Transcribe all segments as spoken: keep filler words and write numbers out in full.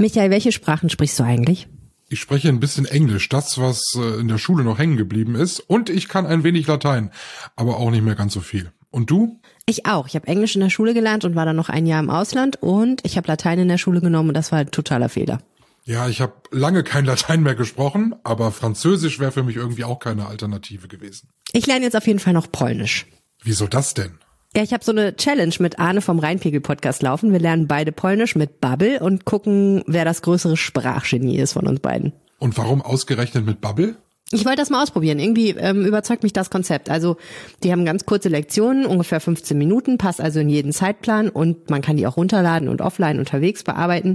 Michael, welche Sprachen sprichst du eigentlich? Ich spreche ein bisschen Englisch, das, was in der Schule noch hängen geblieben ist. Und ich kann ein wenig Latein, aber auch nicht mehr ganz so viel. Und du? Ich auch. Ich habe Englisch in der Schule gelernt und war dann noch ein Jahr im Ausland. Und ich habe Latein in der Schule genommen und das war ein totaler Fehler. Ja, ich habe lange kein Latein mehr gesprochen, aber Französisch wäre für mich irgendwie auch keine Alternative gewesen. Ich lerne jetzt auf jeden Fall noch Polnisch. Wieso das denn? Ja, ich habe so eine Challenge mit Arne vom Rheinpegel-Podcast laufen. Wir lernen beide Polnisch mit Babbel und gucken, wer das größere Sprachgenie ist von uns beiden. Und warum ausgerechnet mit Babbel? Ich wollte das mal ausprobieren. Irgendwie ähm, überzeugt mich das Konzept. Also die haben ganz kurze Lektionen, ungefähr fünfzehn Minuten, passt also in jeden Zeitplan und man kann die auch runterladen und offline unterwegs bearbeiten.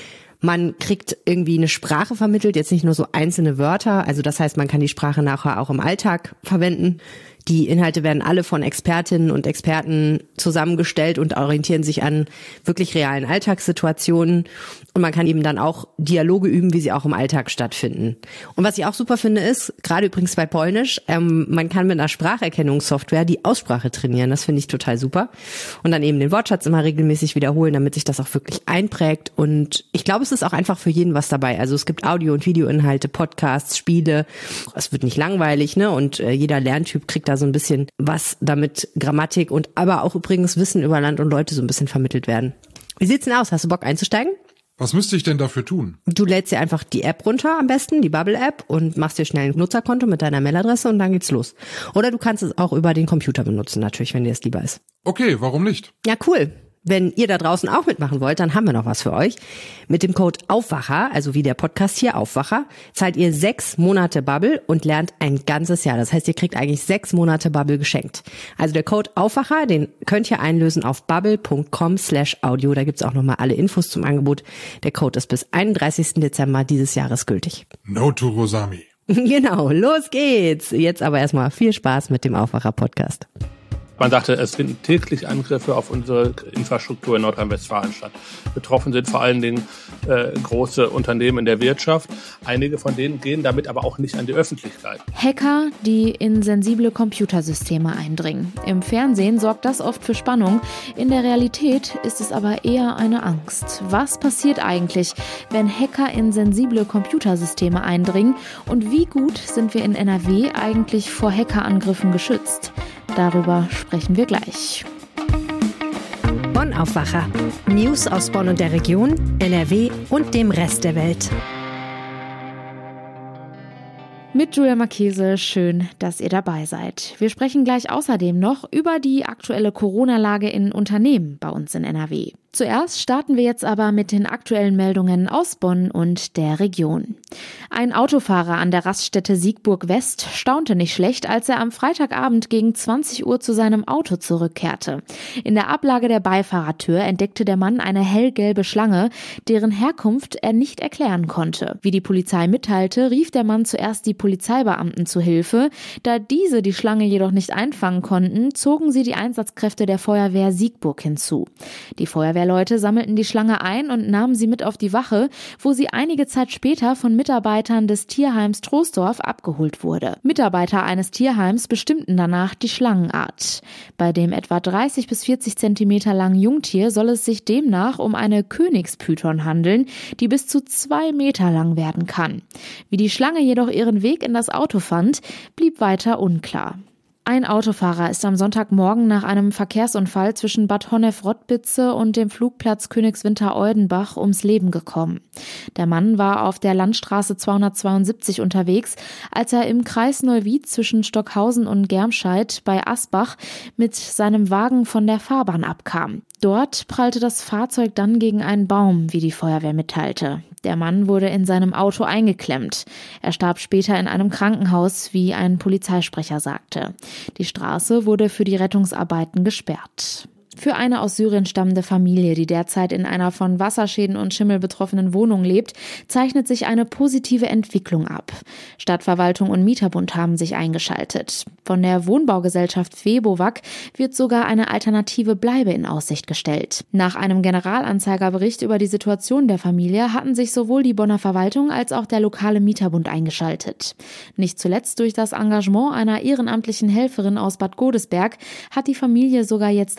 Man kriegt irgendwie eine Sprache vermittelt, jetzt nicht nur so einzelne Wörter. Also das heißt, man kann die Sprache nachher auch im Alltag verwenden. Die Inhalte werden alle von Expertinnen und Experten zusammengestellt und orientieren sich an wirklich realen Alltagssituationen. Und man kann eben dann auch Dialoge üben, wie sie auch im Alltag stattfinden. Und was ich auch super finde ist, gerade übrigens bei Polnisch, ähm, man kann mit einer Spracherkennungssoftware die Aussprache trainieren. Das finde ich total super. Und dann eben den Wortschatz immer regelmäßig wiederholen, damit sich das auch wirklich einprägt. Und ich glaube, es ist auch einfach für jeden was dabei. Also es gibt Audio- und Videoinhalte, Podcasts, Spiele. Es wird nicht langweilig, ne? Und äh, jeder Lerntyp kriegt da so ein bisschen was, damit Grammatik und aber auch übrigens Wissen über Land und Leute so ein bisschen vermittelt werden. Wie sieht's denn aus? Hast du Bock einzusteigen? Was müsste ich denn dafür tun? Du lädst dir einfach die App runter am besten, die Bubble-App, und machst dir schnell ein Nutzerkonto mit deiner Mailadresse und dann geht's los. Oder du kannst es auch über den Computer benutzen, natürlich, wenn dir das lieber ist. Okay, warum nicht? Ja, cool. Wenn ihr da draußen auch mitmachen wollt, dann haben wir noch was für euch. Mit dem Code Aufwacher, also wie der Podcast hier, Aufwacher, zahlt ihr sechs Monate Bubble und lernt ein ganzes Jahr. Das heißt, ihr kriegt eigentlich sechs Monate Bubble geschenkt. Also der Code Aufwacher, den könnt ihr einlösen auf bubble.com slash audio. Da gibt's auch nochmal alle Infos zum Angebot. Der Code ist bis einunddreißigsten Dezember dieses Jahres gültig. No to Rosami. Genau, los geht's. Jetzt aber erstmal viel Spaß mit dem Aufwacher-Podcast. Man sagte, es finden täglich Angriffe auf unsere Infrastruktur in Nordrhein-Westfalen statt. Betroffen sind vor allen Dingen äh, große Unternehmen in der Wirtschaft. Einige von denen gehen damit aber auch nicht an die Öffentlichkeit. Hacker, die in sensible Computersysteme eindringen. Im Fernsehen sorgt das oft für Spannung. In der Realität ist es aber eher eine Angst. Was passiert eigentlich, wenn Hacker in sensible Computersysteme eindringen? Und wie gut sind wir in N R W eigentlich vor Hackerangriffen geschützt? Darüber sprechen wir gleich. Bonn Aufwacher. News aus Bonn und der Region, N R W und dem Rest der Welt. Mit Julia Marchese, schön, dass ihr dabei seid. Wir sprechen gleich außerdem noch über die aktuelle Corona-Lage in Unternehmen bei uns in N R W. Zuerst starten wir jetzt aber mit den aktuellen Meldungen aus Bonn und der Region. Ein Autofahrer an der Raststätte Siegburg West staunte nicht schlecht, als er am Freitagabend gegen zwanzig Uhr zu seinem Auto zurückkehrte. In der Ablage der Beifahrertür entdeckte der Mann eine hellgelbe Schlange, deren Herkunft er nicht erklären konnte. Wie die Polizei mitteilte, rief der Mann zuerst die Polizeibeamten zu Hilfe. Da diese die Schlange jedoch nicht einfangen konnten, zogen sie die Einsatzkräfte der Feuerwehr Siegburg hinzu. Die Feuerwehr Leute sammelten die Schlange ein und nahmen sie mit auf die Wache, wo sie einige Zeit später von Mitarbeitern des Tierheims Troisdorf abgeholt wurde. Mitarbeiter eines Tierheims bestimmten danach die Schlangenart. Bei dem etwa dreißig bis vierzig Zentimeter langen Jungtier soll es sich demnach um eine Königspython handeln, die bis zu zwei Meter lang werden kann. Wie die Schlange jedoch ihren Weg in das Auto fand, blieb weiter unklar. Ein Autofahrer ist am Sonntagmorgen nach einem Verkehrsunfall zwischen Bad Honnef-Rottbitze und dem Flugplatz Königswinter-Oldenbach ums Leben gekommen. Der Mann war auf der Landstraße zweihundertzweiundsiebzig unterwegs, als er im Kreis Neuwied zwischen Stockhausen und Germscheid bei Asbach mit seinem Wagen von der Fahrbahn abkam. Dort prallte das Fahrzeug dann gegen einen Baum, wie die Feuerwehr mitteilte. Der Mann wurde in seinem Auto eingeklemmt. Er starb später in einem Krankenhaus, wie ein Polizeisprecher sagte. Die Straße wurde für die Rettungsarbeiten gesperrt. Für eine aus Syrien stammende Familie, die derzeit in einer von Wasserschäden und Schimmel betroffenen Wohnung lebt, zeichnet sich eine positive Entwicklung ab. Stadtverwaltung und Mieterbund haben sich eingeschaltet. Von der Wohnbaugesellschaft Febowag wird sogar eine alternative Bleibe in Aussicht gestellt. Nach einem Generalanzeigerbericht über die Situation der Familie hatten sich sowohl die Bonner Verwaltung als auch der lokale Mieterbund eingeschaltet. Nicht zuletzt durch das Engagement einer ehrenamtlichen Helferin aus Bad Godesberg hat die Familie sogar jetzt Aussicht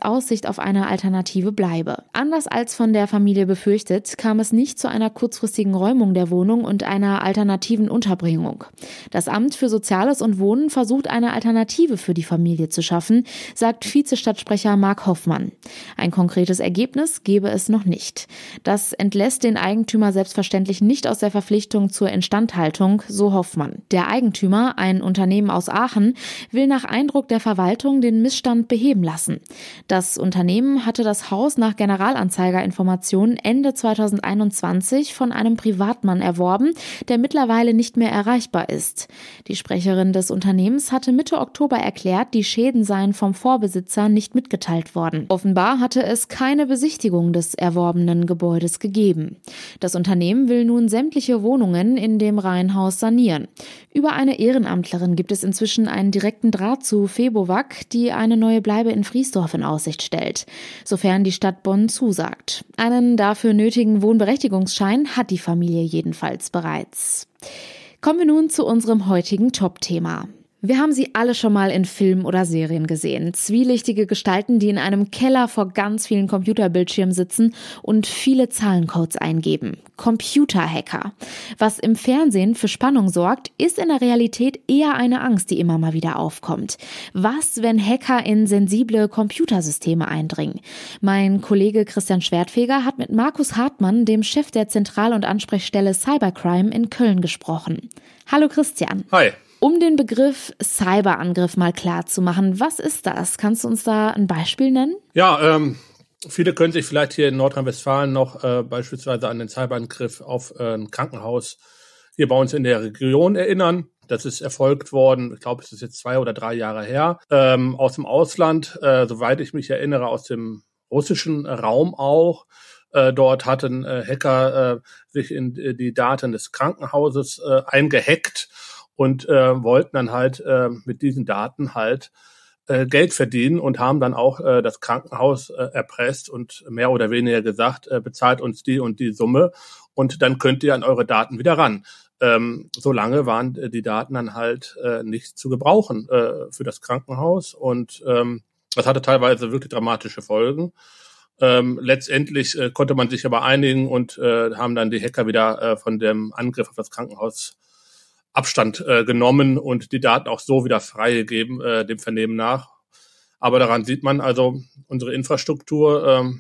Aussicht auf eine alternative Bleibe. Anders als von der Familie befürchtet, kam es nicht zu einer kurzfristigen Räumung der Wohnung und einer alternativen Unterbringung. Das Amt für Soziales und Wohnen versucht, eine Alternative für die Familie zu schaffen, sagt Vizestadtsprecher Marc Hoffmann. Ein konkretes Ergebnis gebe es noch nicht. Das entlässt den Eigentümer selbstverständlich nicht aus der Verpflichtung zur Instandhaltung, so Hoffmann. Der Eigentümer, ein Unternehmen aus Aachen, will nach Eindruck der Verwaltung den Missstand beheben lassen. Das Unternehmen hatte das Haus nach Generalanzeigerinformationen Ende zweitausendeinundzwanzig von einem Privatmann erworben, der mittlerweile nicht mehr erreichbar ist. Die Sprecherin des Unternehmens hatte Mitte Oktober erklärt, die Schäden seien vom Vorbesitzer nicht mitgeteilt worden. Offenbar hatte es keine Besichtigung des erworbenen Gebäudes gegeben. Das Unternehmen will nun sämtliche Wohnungen in dem Reihenhaus sanieren. Über eine Ehrenamtlerin gibt es inzwischen einen direkten Draht zu Febovac, die eine neue Bleibe in Friesdorf in Aussicht stellt, sofern die Stadt Bonn zusagt. Einen dafür nötigen Wohnberechtigungsschein hat die Familie jedenfalls bereits. Kommen wir nun zu unserem heutigen Top-Thema. Wir haben sie alle schon mal in Filmen oder Serien gesehen. Zwielichtige Gestalten, die in einem Keller vor ganz vielen Computerbildschirmen sitzen und viele Zahlencodes eingeben. Computerhacker. Was im Fernsehen für Spannung sorgt, ist in der Realität eher eine Angst, die immer mal wieder aufkommt. Was, wenn Hacker in sensible Computersysteme eindringen? Mein Kollege Christian Schwertfeger hat mit Markus Hartmann, dem Chef der Zentral- und Ansprechstelle Cybercrime in Köln, gesprochen. Hallo Christian. Hi. Um den Begriff Cyberangriff mal klar zu machen, was ist das? Kannst du uns da ein Beispiel nennen? Ja, ähm, viele können sich vielleicht hier in Nordrhein-Westfalen noch äh, beispielsweise an den Cyberangriff auf äh, ein Krankenhaus hier bei uns in der Region erinnern. Das ist erfolgt worden, ich glaube, es ist jetzt zwei oder drei Jahre her, ähm, aus dem Ausland, äh, soweit ich mich erinnere, aus dem russischen Raum auch. Äh, dort hatten äh, Hacker äh, sich in äh, die Daten des Krankenhauses äh, eingehackt und äh, wollten dann halt äh, mit diesen Daten halt äh, Geld verdienen und haben dann auch äh, das Krankenhaus äh, erpresst und mehr oder weniger gesagt, äh, bezahlt uns die und die Summe und dann könnt ihr an eure Daten wieder ran. Ähm, solange waren äh, die Daten dann halt äh, nicht zu gebrauchen äh, für das Krankenhaus und ähm, das hatte teilweise wirklich dramatische Folgen. Ähm, letztendlich äh, konnte man sich aber einigen und äh, haben dann die Hacker wieder äh, von dem Angriff auf das Krankenhaus Abstand äh, genommen und die Daten auch so wieder freigegeben, äh, dem Vernehmen nach. Aber daran sieht man also, unsere Infrastruktur ähm,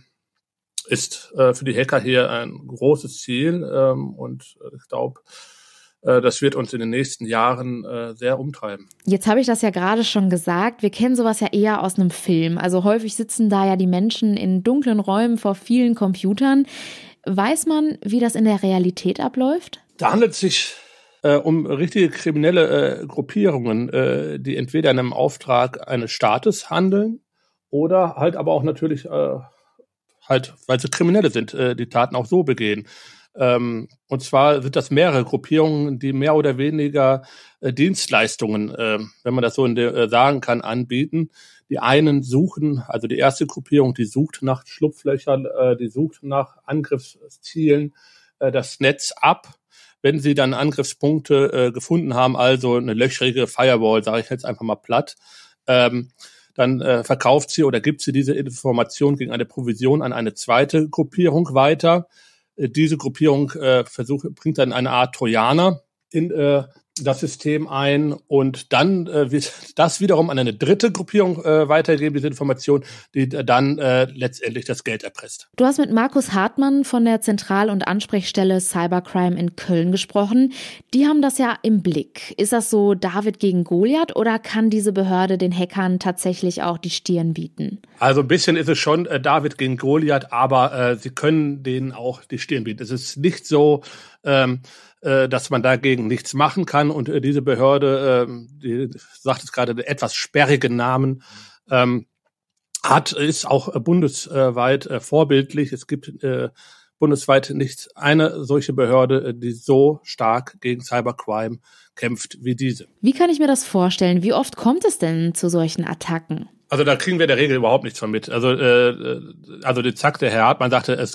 ist äh, für die Hacker hier ein großes Ziel ähm, und ich glaube, äh, das wird uns in den nächsten Jahren äh, sehr umtreiben. Jetzt habe ich das ja gerade schon gesagt, wir kennen sowas ja eher aus einem Film. Also häufig sitzen da ja die Menschen in dunklen Räumen vor vielen Computern. Weiß man, wie das in der Realität abläuft? Da handelt es sich Äh, um richtige kriminelle äh, Gruppierungen, äh, die entweder in einem Auftrag eines Staates handeln oder halt aber auch natürlich äh, halt, weil sie Kriminelle sind, äh, die Taten auch so begehen. Ähm, und zwar sind das mehrere Gruppierungen, die mehr oder weniger äh, Dienstleistungen, äh, wenn man das so in der, äh, sagen kann, anbieten. Die einen suchen, also die erste Gruppierung, die sucht nach Schlupflöchern, äh, die sucht nach Angriffszielen, äh, das Netz ab. Wenn sie dann Angriffspunkte äh, gefunden haben, also eine löchrige Firewall, sage ich jetzt einfach mal platt, ähm, dann äh, verkauft sie oder gibt sie diese Information gegen eine Provision an eine zweite Gruppierung weiter. Äh, diese Gruppierung äh, versucht, bringt dann eine Art Trojaner in äh, das System ein und dann äh, wird das wiederum an eine dritte Gruppierung äh, weitergeben, diese Information, die dann äh, letztendlich das Geld erpresst. Du hast mit Markus Hartmann von der Zentral- und Ansprechstelle Cybercrime in Köln gesprochen. Die haben das ja im Blick. Ist das so David gegen Goliath oder kann diese Behörde den Hackern tatsächlich auch die Stirn bieten? Also ein bisschen ist es schon äh, David gegen Goliath, aber äh, sie können denen auch die Stirn bieten. Es ist nicht so, ähm, dass man dagegen nichts machen kann. Und äh, diese Behörde, äh, die sagt es gerade, den etwas sperrigen Namen, ähm, hat, ist auch äh, bundesweit äh, vorbildlich. Es gibt äh, bundesweit nicht eine solche Behörde, die so stark gegen Cybercrime kämpft wie diese. Wie kann ich mir das vorstellen? Wie oft kommt es denn zu solchen Attacken? Also da kriegen wir in der Regel überhaupt nichts von mit. Also äh, also die zack, der Herr Hartmann sagte, es kommt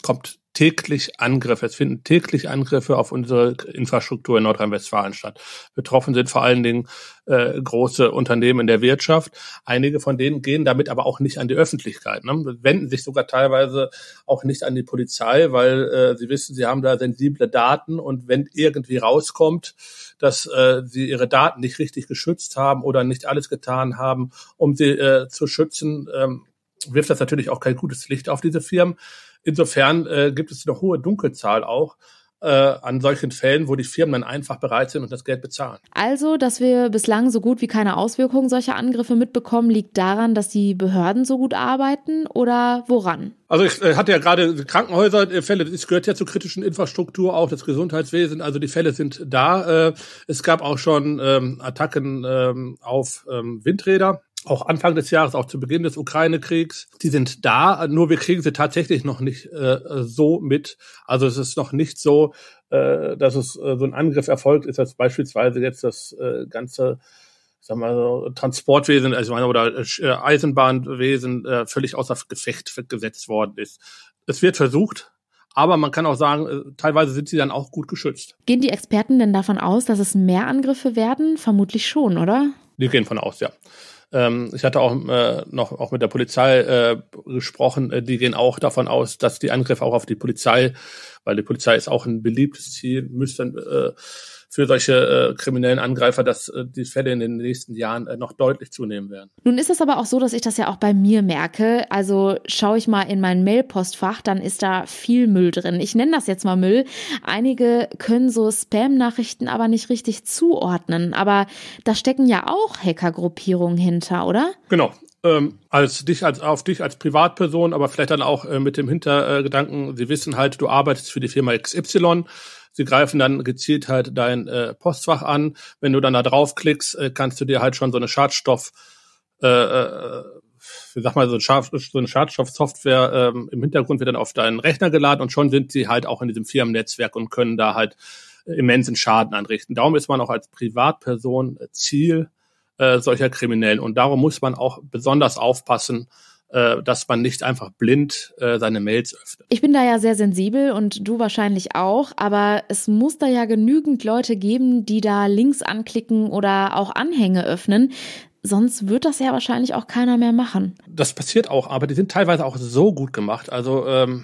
täglich Angriffe, es finden täglich Angriffe auf unsere Infrastruktur in Nordrhein-Westfalen statt. Betroffen sind vor allen Dingen äh, große Unternehmen in der Wirtschaft. Einige von denen gehen damit aber auch nicht an die Öffentlichkeit, ne? Wenden sich sogar teilweise auch nicht an die Polizei, weil äh, sie wissen, sie haben da sensible Daten und wenn irgendwie rauskommt, dass äh, sie ihre Daten nicht richtig geschützt haben oder nicht alles getan haben, um sie äh, zu schützen, ähm, wirft das natürlich auch kein gutes Licht auf diese Firmen. Insofern äh, gibt es eine hohe Dunkelzahl auch äh, an solchen Fällen, wo die Firmen dann einfach bereit sind und das Geld bezahlen. Also, dass wir bislang so gut wie keine Auswirkungen solcher Angriffe mitbekommen, liegt daran, dass die Behörden so gut arbeiten oder woran? Also ich äh, hatte ja gerade Krankenhäuserfälle, das gehört ja zur kritischen Infrastruktur, auch das Gesundheitswesen, also die Fälle sind da. Äh, es gab auch schon ähm, Attacken ähm, auf ähm, Windräder. Auch Anfang des Jahres, auch zu Beginn des Ukraine-Kriegs, die sind da, nur wir kriegen sie tatsächlich noch nicht äh, so mit. Also es ist noch nicht so, äh, dass es äh, so ein Angriff erfolgt ist, als beispielsweise jetzt das äh, ganze, sagen wir so, Transportwesen, also meine, oder äh, Eisenbahnwesen äh, völlig außer Gefecht gesetzt worden ist. Es wird versucht, aber man kann auch sagen, äh, teilweise sind sie dann auch gut geschützt. Gehen die Experten denn davon aus, dass es mehr Angriffe werden? Vermutlich schon, oder? Die gehen von aus, ja. Ich hatte auch äh, noch auch mit der Polizei äh, gesprochen. Die gehen auch davon aus, dass die Angriffe auch auf die Polizei, weil die Polizei ist auch ein beliebtes Ziel, müsste äh, für solche äh, kriminellen Angreifer, dass äh, die Fälle in den nächsten Jahren äh, noch deutlich zunehmen werden. Nun ist es aber auch so, dass ich das ja auch bei mir merke. Also schaue ich mal in mein Mailpostfach, dann ist da viel Müll drin. Ich nenne das jetzt mal Müll. Einige können so Spam-Nachrichten aber nicht richtig zuordnen. Aber da stecken ja auch Hackergruppierungen hinter, oder? Genau. Ähm, als dich als auf dich als Privatperson, aber vielleicht dann auch äh, mit dem Hintergedanken, sie wissen halt, du arbeitest für die Firma X Y. Sie greifen dann gezielt halt dein äh, Postfach an. Wenn du dann da draufklickst, äh, kannst du dir halt schon so eine Schadstoff, äh, äh, wie sag mal, so, ein Schad, so eine Schadstoffsoftware ähm, im Hintergrund wird dann auf deinen Rechner geladen und schon sind sie halt auch in diesem Firmennetzwerk und können da halt äh, immensen Schaden anrichten. Darum ist man auch als Privatperson äh, Ziel äh, solcher Kriminellen und darum muss man auch besonders aufpassen, dass man nicht einfach blind äh, seine Mails öffnet. Ich bin da ja sehr sensibel und du wahrscheinlich auch, aber es muss da ja genügend Leute geben, die da Links anklicken oder auch Anhänge öffnen. Sonst wird das ja wahrscheinlich auch keiner mehr machen. Das passiert auch, aber die sind teilweise auch so gut gemacht. Also ähm,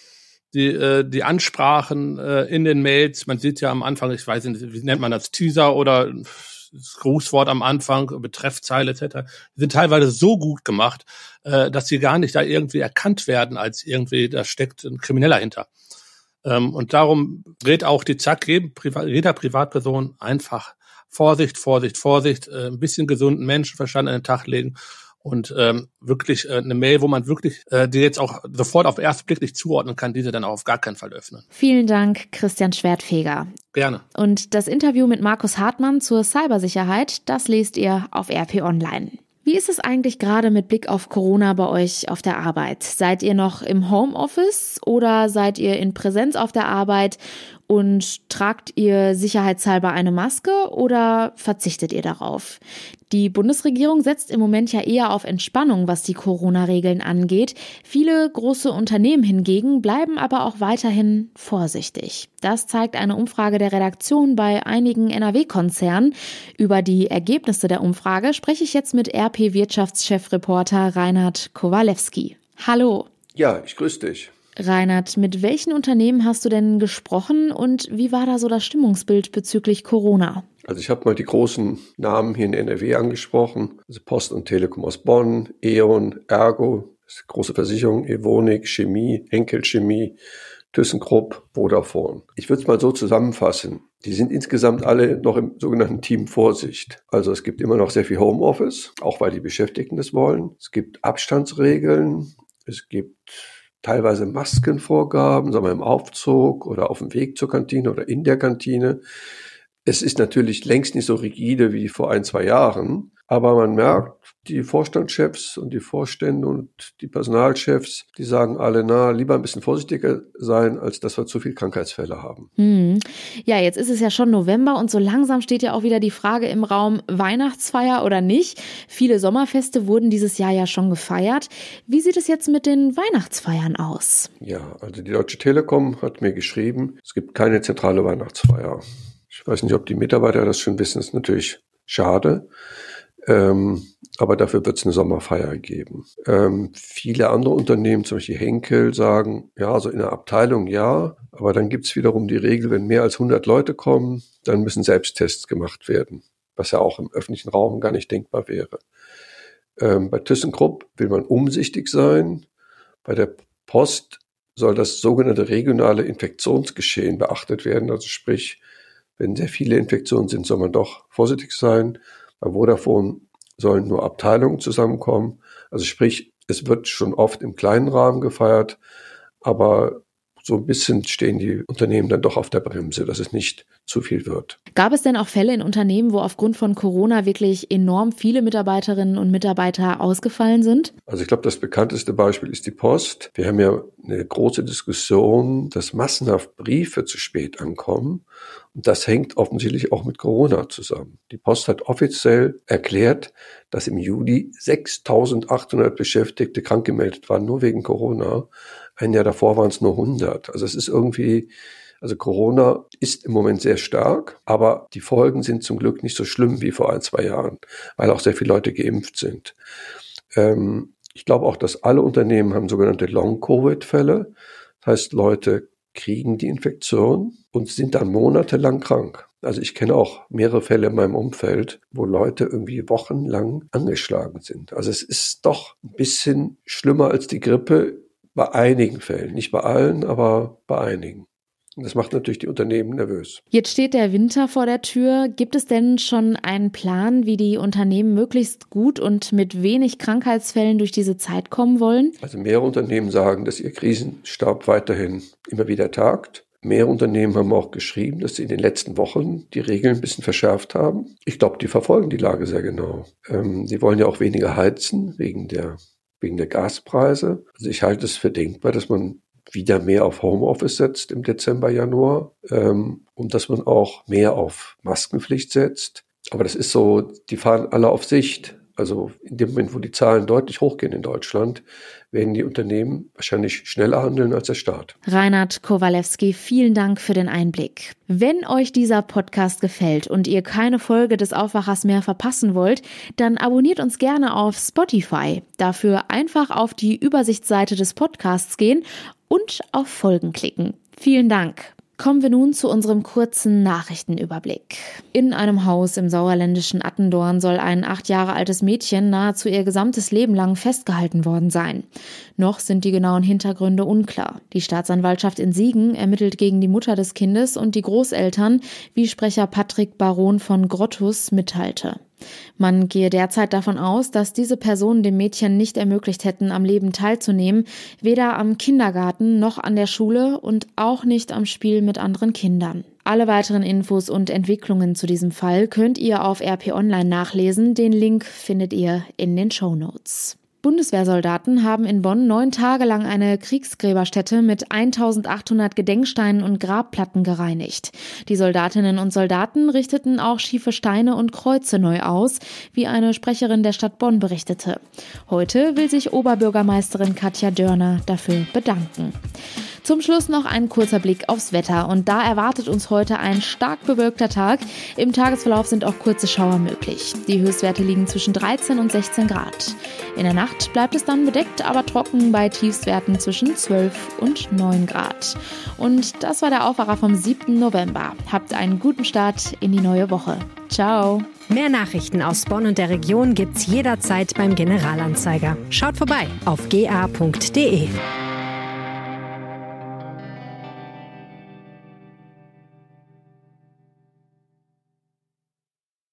die äh, die Ansprachen äh, in den Mails, man sieht ja am Anfang, ich weiß nicht, wie nennt man das, Teaser oder das Grußwort am Anfang, Betreffzeile et cetera, die sind teilweise so gut gemacht, äh, dass sie gar nicht da irgendwie erkannt werden, als irgendwie, da steckt ein Krimineller hinter. Ähm, und darum rät auch die Zack jedem Privat, jeder Privatperson einfach Vorsicht, Vorsicht, Vorsicht, äh, ein bisschen gesunden Menschenverstand an den Tag legen und ähm, wirklich äh, eine Mail, wo man wirklich äh, die jetzt auch sofort auf den ersten Blick nicht zuordnen kann, diese dann auch auf gar keinen Fall öffnen. Vielen Dank, Christian Schwertfeger. Gerne. Und das Interview mit Markus Hartmann zur Cybersicherheit, das lest ihr auf R P Online. Wie ist es eigentlich gerade mit Blick auf Corona bei euch auf der Arbeit? Seid ihr noch im Homeoffice oder seid ihr in Präsenz auf der Arbeit und tragt ihr sicherheitshalber eine Maske oder verzichtet ihr darauf? Die Bundesregierung setzt im Moment ja eher auf Entspannung, was die Corona-Regeln angeht. Viele große Unternehmen hingegen bleiben aber auch weiterhin vorsichtig. Das zeigt eine Umfrage der Redaktion bei einigen N R W-Konzernen. Über die Ergebnisse der Umfrage spreche ich jetzt mit R P-Wirtschaftschefreporter Reinhard Kowalewski. Hallo. Ja, ich grüße dich. Reinhard, mit welchen Unternehmen hast du denn gesprochen und wie war da so das Stimmungsbild bezüglich Corona? Also ich habe mal die großen Namen hier in N R W angesprochen, also Post und Telekom aus Bonn, E.ON, Ergo, große Versicherung, Evonik, Chemie, Henkel Chemie, ThyssenKrupp, Vodafone. Ich würde es mal so zusammenfassen. Die sind insgesamt alle noch im sogenannten Team Vorsicht. Also es gibt immer noch sehr viel Homeoffice, auch weil die Beschäftigten das wollen. Es gibt Abstandsregeln, es gibt teilweise Maskenvorgaben, sagen wir im Aufzug oder auf dem Weg zur Kantine oder in der Kantine. Es ist natürlich längst nicht so rigide wie vor ein, zwei Jahren, Aber man merkt, die Vorstandschefs und die Vorstände und die Personalchefs, die sagen alle, na, lieber ein bisschen vorsichtiger sein, als dass wir zu viel Krankheitsfälle haben. Hm. Ja, jetzt ist es ja schon November und so langsam steht ja auch wieder die Frage im Raum, Weihnachtsfeier oder nicht. Viele Sommerfeste wurden dieses Jahr ja schon gefeiert. Wie sieht es jetzt mit den Weihnachtsfeiern aus? Ja, also die Deutsche Telekom hat mir geschrieben, es gibt keine zentrale Weihnachtsfeier. Ich weiß nicht, ob die Mitarbeiter das schon wissen, das ist natürlich schade. Ähm, aber dafür wird es eine Sommerfeier geben. Ähm, viele andere Unternehmen, zum Beispiel Henkel, sagen, ja, also in der Abteilung ja, aber dann gibt es wiederum die Regel, wenn mehr als hundert Leute kommen, dann müssen Selbsttests gemacht werden, was ja auch im öffentlichen Raum gar nicht denkbar wäre. Ähm, bei ThyssenKrupp will man umsichtig sein. Bei der Post soll das sogenannte regionale Infektionsgeschehen beachtet werden, also sprich, wenn sehr viele Infektionen sind, soll man doch vorsichtig sein. Bei Vodafone sollen nur Abteilungen zusammenkommen. Also sprich, es wird schon oft im kleinen Rahmen gefeiert, aber so ein bisschen stehen die Unternehmen dann doch auf der Bremse, dass es nicht zu viel wird. Gab es denn auch Fälle in Unternehmen, wo aufgrund von Corona wirklich enorm viele Mitarbeiterinnen und Mitarbeiter ausgefallen sind? Also ich glaube, das bekannteste Beispiel ist die Post. Wir haben ja eine große Diskussion, dass massenhaft Briefe zu spät ankommen. Und das hängt offensichtlich auch mit Corona zusammen. Die Post hat offiziell erklärt, dass im Juli sechstausendachthundert Beschäftigte krank gemeldet waren, nur wegen Corona. Ein Jahr davor waren es nur hundert. Also es ist irgendwie, also Corona ist im Moment sehr stark, aber die Folgen sind zum Glück nicht so schlimm wie vor ein, zwei Jahren, weil auch sehr viele Leute geimpft sind. Ähm, ich glaube auch, dass alle Unternehmen haben sogenannte Long-Covid-Fälle. Das heißt, Leute kriegen die Infektion und sind dann monatelang krank. Also ich kenne auch mehrere Fälle in meinem Umfeld, wo Leute irgendwie wochenlang angeschlagen sind. Also es ist doch ein bisschen schlimmer als die Grippe bei einigen Fällen. Nicht bei allen, aber bei einigen. Und das macht natürlich die Unternehmen nervös. Jetzt steht der Winter vor der Tür. Gibt es denn schon einen Plan, wie die Unternehmen möglichst gut und mit wenig Krankheitsfällen durch diese Zeit kommen wollen? Also mehrere Unternehmen sagen, dass ihr Krisenstab weiterhin immer wieder tagt. Mehrere Unternehmen haben auch geschrieben, dass sie in den letzten Wochen die Regeln ein bisschen verschärft haben. Ich glaube, die verfolgen die Lage sehr genau. Ähm, die wollen ja auch weniger heizen wegen der, wegen der Gaspreise. Also ich halte es für denkbar, dass man wieder mehr auf Homeoffice setzt im Dezember, Januar ähm, und dass man auch mehr auf Maskenpflicht setzt. Aber das ist so, die fahren alle auf Sicht. Also in dem Moment, wo die Zahlen deutlich hochgehen in Deutschland, werden die Unternehmen wahrscheinlich schneller handeln als der Staat. Reinhard Kowalewski, vielen Dank für den Einblick. Wenn euch dieser Podcast gefällt und ihr keine Folge des Aufwachers mehr verpassen wollt, dann abonniert uns gerne auf Spotify. Dafür einfach auf die Übersichtsseite des Podcasts gehen und auf Folgen klicken. Vielen Dank. Kommen wir nun zu unserem kurzen Nachrichtenüberblick. In einem Haus im sauerländischen Attendorn soll ein acht Jahre altes Mädchen nahezu ihr gesamtes Leben lang festgehalten worden sein. Noch sind die genauen Hintergründe unklar. Die Staatsanwaltschaft in Siegen ermittelt gegen die Mutter des Kindes und die Großeltern, wie Sprecher Patrick Baron von Grottus mitteilte. Man gehe derzeit davon aus, dass diese Personen dem Mädchen nicht ermöglicht hätten, am Leben teilzunehmen, weder am Kindergarten noch an der Schule und auch nicht am Spiel mit anderen Kindern. Alle weiteren Infos und Entwicklungen zu diesem Fall könnt ihr auf R P Online nachlesen. Den Link findet ihr in den Shownotes. Bundeswehrsoldaten haben in Bonn neun Tage lang eine Kriegsgräberstätte mit eintausendachthundert Gedenksteinen und Grabplatten gereinigt. Die Soldatinnen und Soldaten richteten auch schiefe Steine und Kreuze neu aus, wie eine Sprecherin der Stadt Bonn berichtete. Heute will sich Oberbürgermeisterin Katja Dörner dafür bedanken. Zum Schluss noch ein kurzer Blick aufs Wetter und da erwartet uns heute ein stark bewölkter Tag. Im Tagesverlauf sind auch kurze Schauer möglich. Die Höchstwerte liegen zwischen dreizehn und sechzehn Grad. In der Nacht bleibt es dann bedeckt, aber trocken bei Tiefstwerten zwischen zwölf und neun Grad. Und das war der Aufwacher vom siebten November. Habt einen guten Start in die neue Woche. Ciao. Mehr Nachrichten aus Bonn und der Region gibt's jederzeit beim Generalanzeiger. Schaut vorbei auf g a punkt d e.